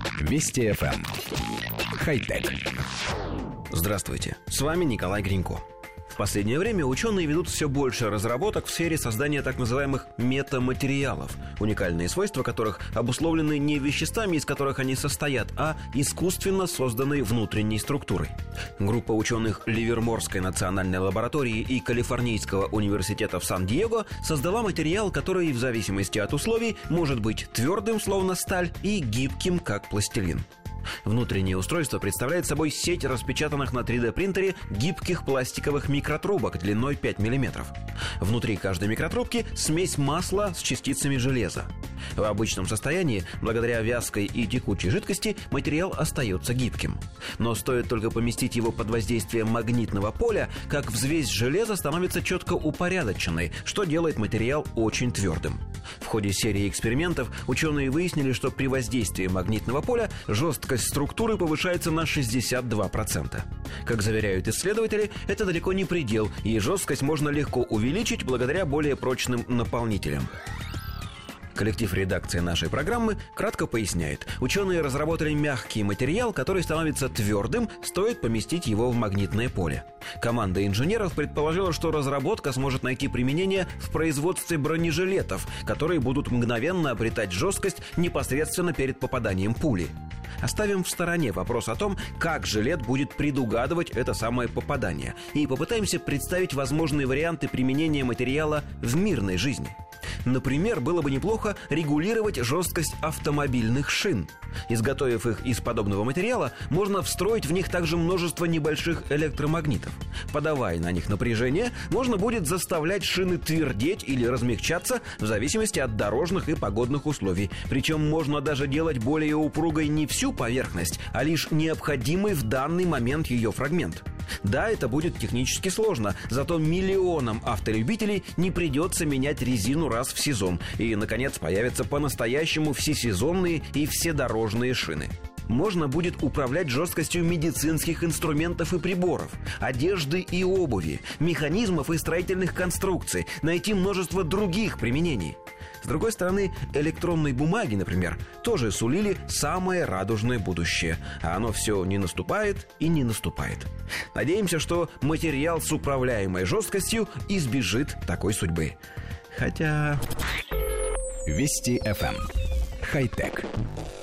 Вести ФМ. Хай-тек. Здравствуйте, с вами Николай Гринько. В последнее время ученые ведут все больше разработок в сфере создания так называемых метаматериалов, уникальные свойства которых обусловлены не веществами, из которых они состоят, а искусственно созданной внутренней структурой. Группа ученых Ливерморской национальной лаборатории и Калифорнийского университета в Сан-Диего создала материал, который в зависимости от условий может быть твердым, словно сталь, и гибким, как пластилин. Внутреннее устройство представляет собой сеть распечатанных на 3D-принтере гибких пластиковых микротрубок длиной 5 мм. Внутри каждой микротрубки смесь масла с частицами железа. В обычном состоянии, благодаря вязкой и текучей жидкости, материал остается гибким. Но стоит только поместить его под воздействием магнитного поля, как взвесь железа становится четко упорядоченной, что делает материал очень твердым. В ходе серии экспериментов ученые выяснили, что при воздействии магнитного поля жесткость структуры повышается на 62%. Как заверяют исследователи, это далеко не предел, и жесткость можно легко увеличить благодаря более прочным наполнителям. Коллектив редакции нашей программы кратко поясняет. Ученые разработали мягкий материал, который становится твердым, стоит поместить его в магнитное поле. Команда инженеров предположила, что разработка сможет найти применение в производстве бронежилетов, которые будут мгновенно обретать жесткость непосредственно перед попаданием пули. Оставим в стороне вопрос о том, как жилет будет предугадывать это самое попадание, и попытаемся представить возможные варианты применения материала в мирной жизни. Например, было бы неплохо регулировать жесткость автомобильных шин. Изготовив их из подобного материала, можно встроить в них также множество небольших электромагнитов. Подавая на них напряжение, можно будет заставлять шины твердеть или размягчаться в зависимости от дорожных и погодных условий. Причем можно даже делать более упругой не всю поверхность, а лишь необходимый в данный момент ее фрагмент. Да, это будет технически сложно, зато миллионам автолюбителей не придется менять резину раз в сезон. И, наконец, появятся по-настоящему всесезонные и вседорожные шины. Можно будет управлять жесткостью медицинских инструментов и приборов, одежды и обуви, механизмов и строительных конструкций, найти множество других применений. С другой стороны, электронной бумаги, например, тоже сулили самое радужное будущее. А оно все не наступает и не наступает. Надеемся, что материал с управляемой жесткостью избежит такой судьбы. Хотя... Вести ФМ. Хай-тек.